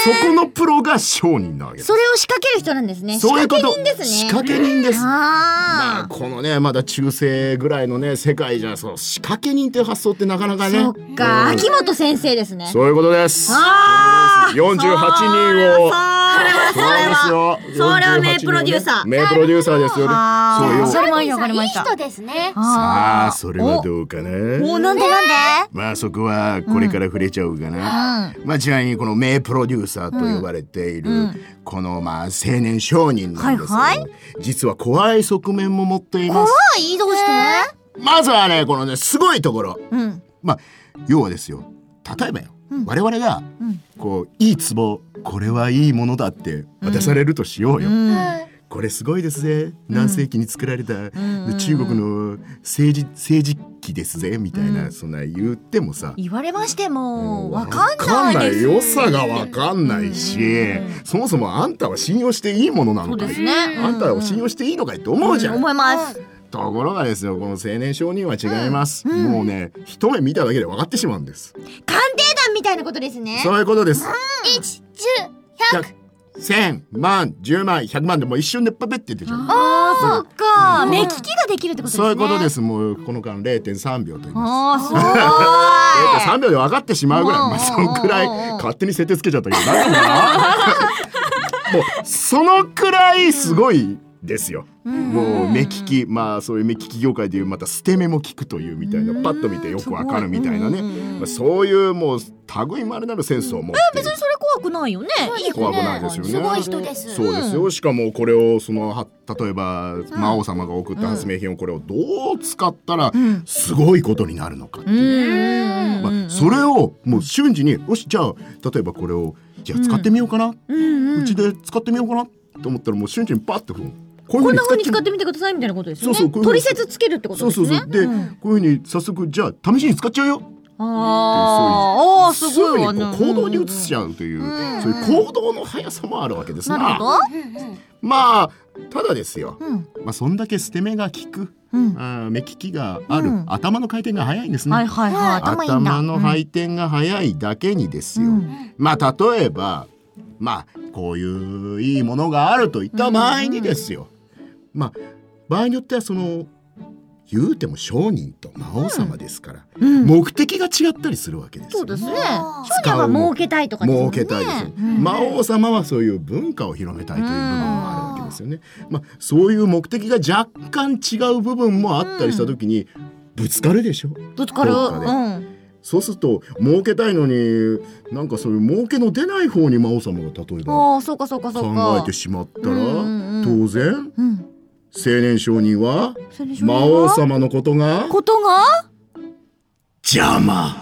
そこのプロが商人なわけです。 それを仕掛ける人なんですね。 そういうこと。 仕掛け人ですね。 仕掛け人です。 あまあこのねまだ中世ぐらいのね世界じゃそう仕掛け人っていう発想ってなかなかね。 そっか、秋元先生ですね。 そういうことです。 あよんじゅうはちにんをそれはそれは名プロデューサー、 名プロデューサーですよね。 そうよ。それもわかりました。 いい人ですね。 さあそれはどうかな。 お、なんでなんで。 まあそこはこれから触れちゃうかな。まあちなみにこの名プロデューサーと呼ばれているこのまあ青年商人なんですけど、実は怖い側面も持っています。 怖い？どうして？ まずはねこのねすごいところ。まあ要はですよ。例えばよ。我々がこういい壺これはいいものだって渡されるとしようよ。これすごいですぜ、何世紀に作られた、うん、中国の政治政治機ですぜみたいな、うん、そんな言ってもさ言われましても分かんないです、 ね、良さが分かんないし、うん、そもそもあんたは信用していいものなのかい、ね、あんたは信用していいのかいと思うじゃん、 うん、思います。 ところがですよこの青年商人は違います、うん、もうね一目見ただけで分かってしまうんです。 鑑定団みたいなことですね。 そういうことです。 いち、じゅう、ひゃく千万十万百万でもう一瞬でパペって出ちゃう。 あー、そっか、うん、目利きができるってことですね。 そういうことです。もうこの間 れいてんさんびょうと言います。 あー、すごいれいてんさんびょうで分かってしまうぐらい、まあ、そのくらい勝手に設定つけちゃったけど大丈夫かなもうそのくらいすごいですよ、うん、もう目利き、まあそういう目利き業界でいうまた捨て目も効くというみたいな、パッと見てよくわかるみたいなね、まあ、そういうもう類まれなるセンスを持ってえ別にそれ怖くないよね。 いい怖くないですよね。 すごい人です。 そうですよ。しかもこれをその例えば魔王様が送った発明品をこれをどう使ったらすごいことになるのかっていう、まあ、それをもう瞬時によしじゃあ例えばこれをじゃあ使ってみようかな、うちで使ってみようかなと思ったらもう瞬時にパッとこうこんな風に使ってみてくださいみたいなことですよね。そうそう、取説つけるってことですね。 そうそうそう。で、うん、こういう風に早速じゃあ試しに使っちゃうよ。 ああ、すごいわね。 行動に移しちゃうという、うん、そういう行動の速さもあるわけですな。なるほど。まあただですよ。うん、まあそんだけ捨て目が効く、うん、あ目利きがある、うん、頭の回転が速いんですね。 はいはいはい。頭いいんだ。 頭の回転が速いだけにですよ。うん、まあ例えばまあこういういいものがあるといった場合にですよ。まあ場合によってはその言うても商人と魔王様ですから、うん、目的が違ったりするわけですよ。 そうですね。商人は儲けたいとかですよね。 儲けたいですよ、うん、魔王様はそういう文化を広めたいという部分もあるわけですよね。まあそういう目的が若干違う部分もあったりした時にぶつかるでしょ。 ぶつかる。うん。 そうすると儲けたいのになんかそういう儲けの出ない方に魔王様が例えば考えてしまったら当然、うん、青年商人は魔王様のことがことが邪魔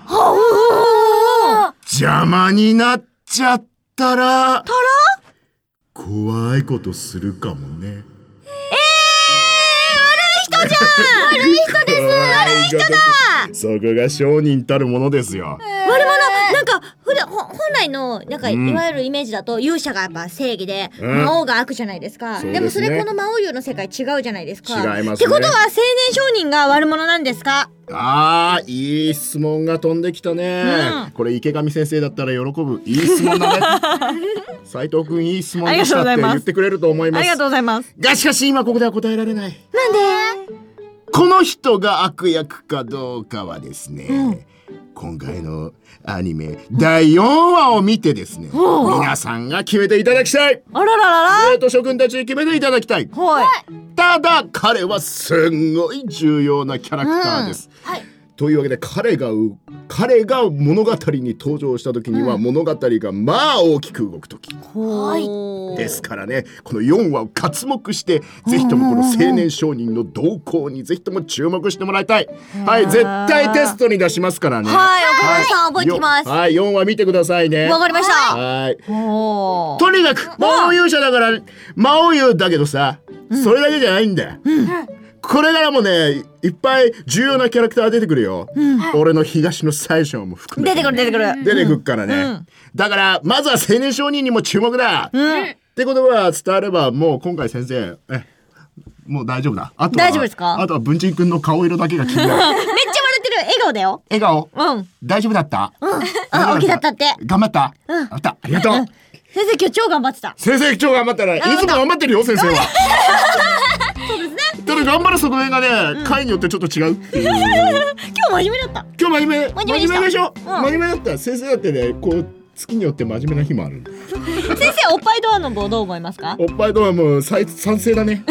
邪魔になっちゃったら怖いことするかもね。 じゃん悪い人です悪い人だそこが商人たるものですよ。 悪者なんかふだ本来のなんか、うん、いわゆるイメージだと勇者がやっぱ正義で、うん、魔王が悪じゃないですか。 で, す、ね、でもそれこの魔王優の世界違うじゃないですか。 違いますね。 ってことは青年商人が悪者なんですか。 あーいい質問が飛んできたね、うん、これ池上先生だったら喜ぶいい質問だね斉藤くんいい質問でしたって言ってくれると思います。 ありがとうございます。 がしかし今ここでは答えられない。 なんで？ この人が悪役かどうかはですね、うん、今回のアニメだいよんわを見てですね、うん、皆さんが決めていただきたい。 あらららら生徒諸君たちに決めていただきたい。はい、ただ彼はすんごい重要なキャラクターです、うんはい、というわけで彼が彼が物語に登場した時には、うん、物語がまあ大きく動く時、はい、ですからねこのよんわを刮目してぜひともこの青年商人の動向にぜひとも注目してもらいたい。はい絶対テストに出しますからね。 はいわかりました、覚えてきます。 はいよんわ見てくださいね。 わかりました。 はいとにかく魔王勇者だから魔王勇だけどさ、うん、それだけじゃないんだよ、うんこれからもねいっぱい重要なキャラクター出てくるよ、うん、俺の東の最初も含めて、ね、 出てくる出てくる出てくるからね、うん、だからまずは青年商人にも注目だ、うん、ってことは伝わればもう今回先生えもう大丈夫だ。あとは大丈夫ですか。 あとは文鎮くんの顔色だけが気になるめっちゃ笑ってる。 笑顔だよ。 笑顔。 うん。 大丈夫だった？ うん。あ、大きだったって。 頑張った？ うん。 あった。ありがとう。 先生今日超頑張ってた。 先生今日頑張ったら、いつも頑張ってるよ先生は。 そうですね。 ただ頑張る側面がね、回によってちょっと違うっていう。 今日真面目だった。 今日真面目。真面目でしょ。 真面目だった。先生だってね、こう月によって真面目な日もある。 先生おっぱいドアノブをどう思いますか？ おっぱいドアも賛成だね。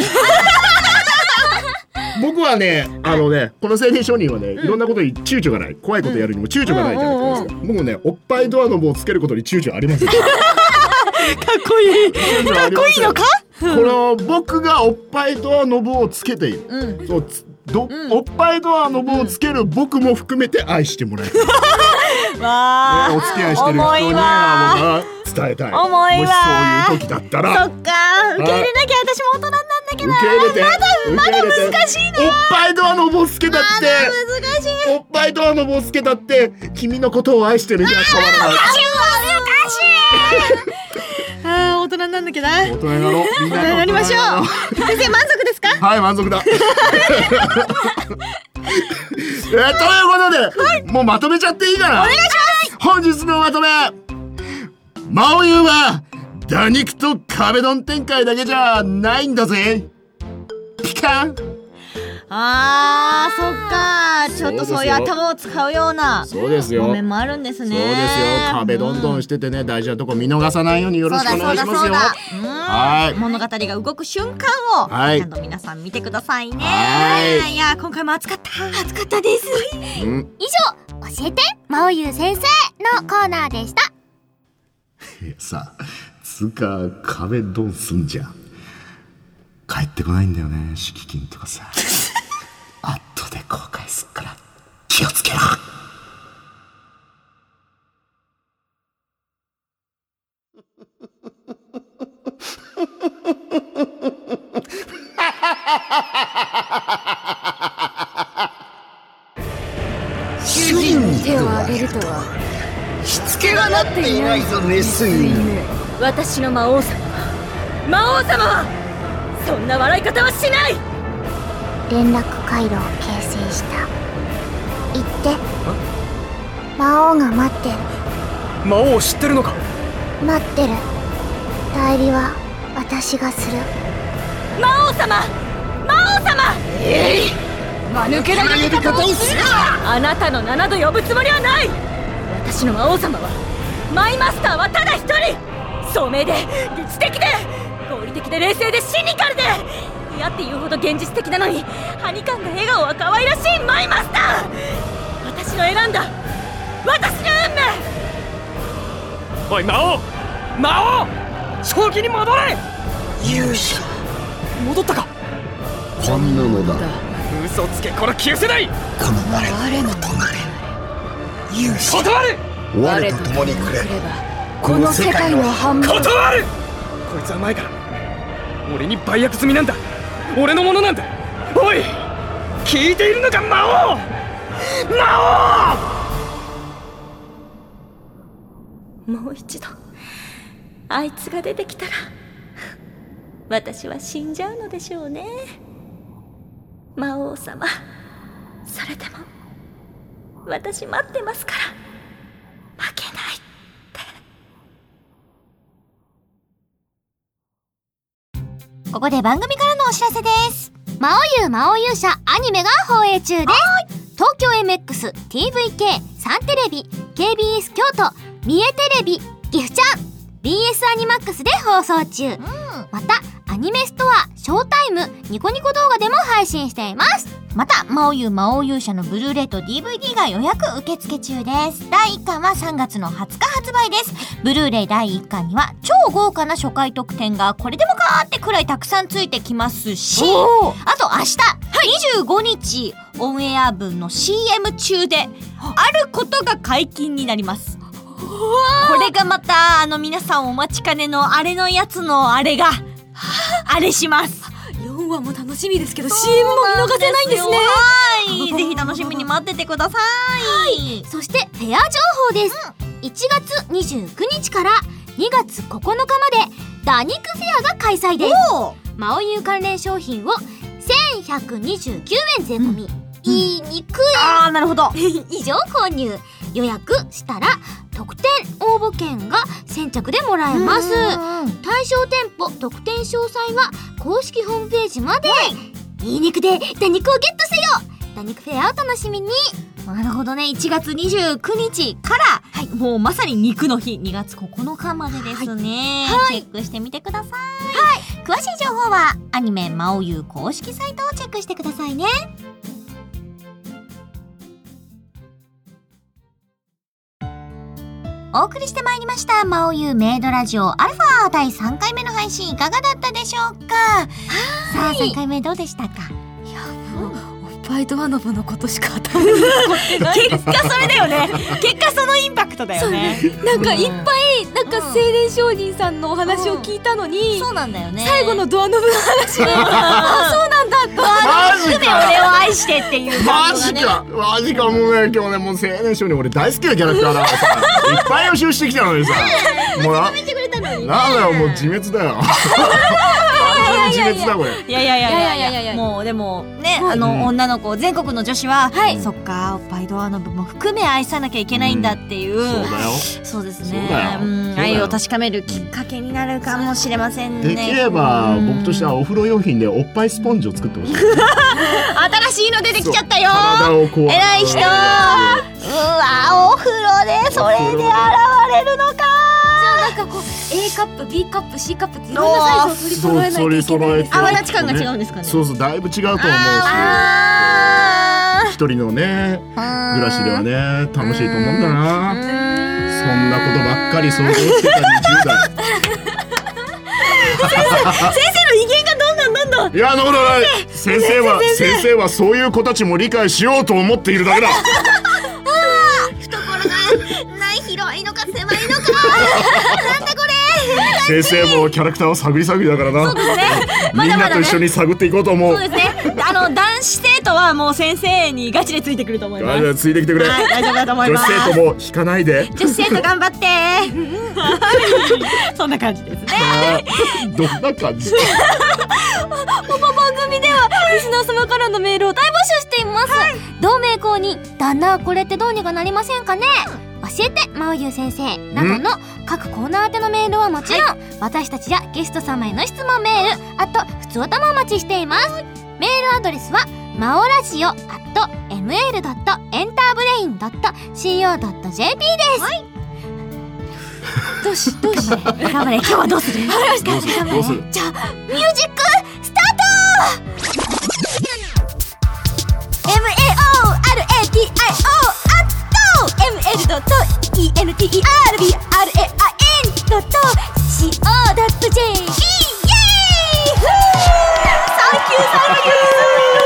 僕はね、あのね、この青年商人はね、いろんなことに躊躇がない。怖いことやるにも躊躇がないじゃないですか。僕ね、おっぱいドアノブをつけることに躊躇ありません。かっこいい。かっこいいのか？ この僕がおっぱいドアノブをつけている。うん、そうど、うん、おっぱいドアノブをつける僕も含めて愛してもらえる。わあ、ね、お付き合いしてる人には僕は伝えたい。 重いわ。 もしそういう時だったら。 そっか、受け入れなきゃ私も大人なんだけど。 受け入れて。 まだまだ難しいな。 おっぱいドアノブをつけたって。 まだ難しい。 おっぱいドアノブをつけたって君のことを愛してるじゃ変わらない。 難しい。ああ、大人なんだけど。大人になろう。みんななりましょう。先生満足ですか？ はい、満足だ。えー、ということで、はい、もうまとめちゃっていいかな？ お願いします。 本日のまとめ。マオユーは打肉と壁ドン展開だけじゃないんだぜ。ピカン。 あー、そっか、ちょっとそういう頭を使うようなそうですよ場面もあるんですね。 そうですよ。壁どんどんしててね、うん、大事なとこ見逃さないようによろしくお願いしますよ。 はい、物語が動く瞬間を、はい、ちゃんと皆さん見てくださいね。はい、いや今回も暑かった暑かったです、 うん、以上教えてマオユー先生のコーナーでした。 いやさ、つか壁ドンすんじゃん、帰ってこないんだよね、敷金とかさ。後で後悔すっから気をつけろ。 主人に手を挙げるとはしつけがなっていないぞ、ネスイヌ。私の魔王様は魔王様はそんな笑い方はしない。 連絡回路を形成した。言って。魔王が待ってる。 魔王を知ってるのか？ 待ってる。代理は私がする。 魔王様、魔王様、えい、間抜けな呼び方をするな。あなたの名など呼ぶつもりはない。私の魔王様はマイマスターはただ一人。聡明で理知的で合理的で冷静でシニカルで嫌っていうほど現実的なのにはにかんだ笑顔は可愛らしいマイマスター。私の選んだ私の運命。 おい魔王、魔王、正気に戻れ。 勇者戻ったか。 本物だ。 嘘つけこの旧世代。 この我の友で勇者断る。 我と共にくれ。 この世界の半分。 断る。こいつは前から俺に売約済みなんだ。俺のものなんだ。おい、聞いているのか魔王、魔王。もう一度あいつが出てきたら私は死んじゃうのでしょうね。魔王様、それでも私待ってますから負けないって。 ここで番組からのお知らせです。魔王ユー魔王勇者アニメが放映中です。東京 エムエックス、ティーブイケー、サンテレビ、ケービーエス 京都、三重テレビ、ギフちゃん、ビーエス アニマックスで放送中、うん、またアニメストア、ショータイム、ニコニコ動画でも配信しています。 また魔王ユー魔王勇者のブルーレイと ディーブイディー が予約受付中です。だいいっかんはさんがつのはつか発売です。ブルーレイだいいっかんには超豪華な初回特典がこれでもかーってくらいたくさんついてきますし、あと明日、はい、にじゅうごにちオンエア分の シーエム 中であることが解禁になります。これがまたあの皆さんお待ちかねのあれのやつのあれがあれします。 よんわも楽しみですけど シーエム も見逃せないんですね。 はいぜひ楽しみに待っててください、 はい、そしてフェア情報です、うん、いちがつにじゅうくにちからにがつここのかまで打肉フェアが開催です。魔王ユー関連商品をせんひゃくにじゅうきゅうえん税込み、うん、 言いにくい、 あーなるほど以上購入。予約したら特典応募券が先着でもらえます。対象店舗特典詳細は公式ホームページまで。いい肉で打肉をゲットせよ。打肉フェアを楽しみに。 なるほどね。いちがつにじゅうくにちから、はい、もうまさに肉の日にがつここのかまでですね、はい、チェックしてみてください。はい、詳しい情報はアニメ魔王優公式サイトをチェックしてくださいね。お送りしてまいりました魔王優メイドラジオアルファだいさんかいめの配信いかがだったでしょうか。さあさんかいめどうでしたか。 いやもうおっぱいドアノブのことしか頭に残ってない結果それだよね結果そのインパクトだよね。なんかいっぱいなんか青年商人さんのお話を聞いたのに、 そうなんだよね。 最後のドアノブの話あそうなんだドアノブ含め俺を愛してっていうマジかマジかもうね今日ねもう青年少年俺大好きなキャラクターだからさいっぱい予習してきたのにさもうななんだよもう自滅だよ自滅だこれ。 いやいやいやいやいやいやもうでもねあの女の子全国の女子はそっかおっぱいドアノブも含め愛さなきゃいけないんだっていう。 そうだよそうですね。愛を確かめるきっかけになるかもしれませんね。 できれば僕としてはお風呂用品でおっぱいスポンジを作ってほしい。 新しいの出てきちゃったよ。 体をこう偉い人。うわお風呂でそれで現れるのか。 なんかこう A カップ B カップ C カップっていろんなサイズを取り揃えないといけないですよ。 泡立ち感が違うんですかね。 そうそうだいぶ違うと思うし一人のね暮らしではね楽しいと思うんだな。そんなことばっかり想像してたにじゅうだい先生の威厳がどんどんどんどん。 いやそんなことない。先生は先生はそういう子たちも理解しようと思っているだけだ。 懐がない広いのか狭いのかなんだこれ。 先生もキャラクターを探り探りだからな。 そうですね。 みんなと一緒に探っていこうと思う。 そうですね。あの男子生徒はもう先生にガチでついてくると思います。 じゃあついてきてくれ。 はい、大丈夫だと思います。 女子生徒も引かないで。 女子生徒頑張ってそんな感じですね。 どんな感じ。 この番組ではリスナー様からのメールを大募集しています、はい、同名校に旦那これってどうにかなりませんかね、うん、教えてまおゆう先生などの各コーナー宛てのメールはもちろん、はい、私たちやゲスト様への質問メールあと普通おたもお待ちしています、はい、メールアドレスはマオラジオ アット エムエル ドット エンターブレイン ドット シーオー ドット ジェーピー です、はい、 どうしどうし頑張れ今日はどうする。 どうするどうする。 じゃあミュージックスタート。 エムエーオーアールエーティーアイオー アット エムエル ドット イーエヌティーイーアールビーアールエーアイエン ドット シーオー ドット ジェーピー イエーイ。サンキューサンキュー。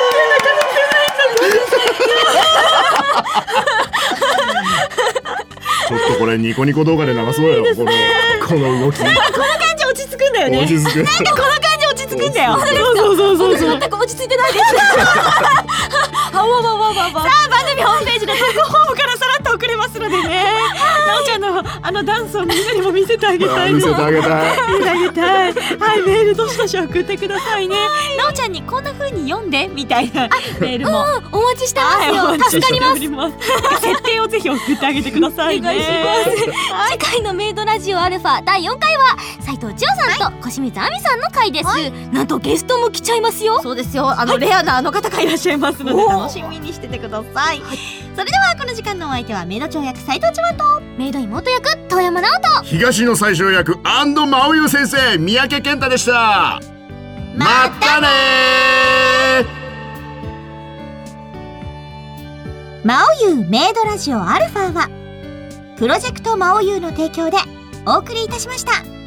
ちょっとこれニコニコ動画で流そうよ。このこの動き。 この感じ落ち着くんだよね。 落ち着く。 なんかこの感じ落ち着くんだよ。 そうそうそうそう。 全く落ち着いてないです。 あわわわわわ。 さあ番組ホームページで各ホームからさらっと送れますのでね。 なおちゃんのあのダンスをみんなにも見せてあげたいの。 見せてあげたい。 見せてあげたい。はい、メールどしどし送ってくださいね。なおちゃんにこんな風に読んでみたいなメールもお待ちしてますよ。助かります。 設定をぜひ送ってあげてくださいね。 お願いします。次回のメイドラジオアルファだいよんかいは斉藤千代さんと小清水亜美さんの回です、はい、なんとゲストも来ちゃいますよ。そうですよ。あの、はい、レアなあの方がいらっしゃいますので楽しみにしててください、はい、それではこの時間のお相手はメイド長役斉藤千代とメイド妹役遠山直人、 東の最小役アンド真央優先生三宅健太でした。またねー。真央優メイドラジオアルファはプロジェクト真央優の提供でお送りいたしました。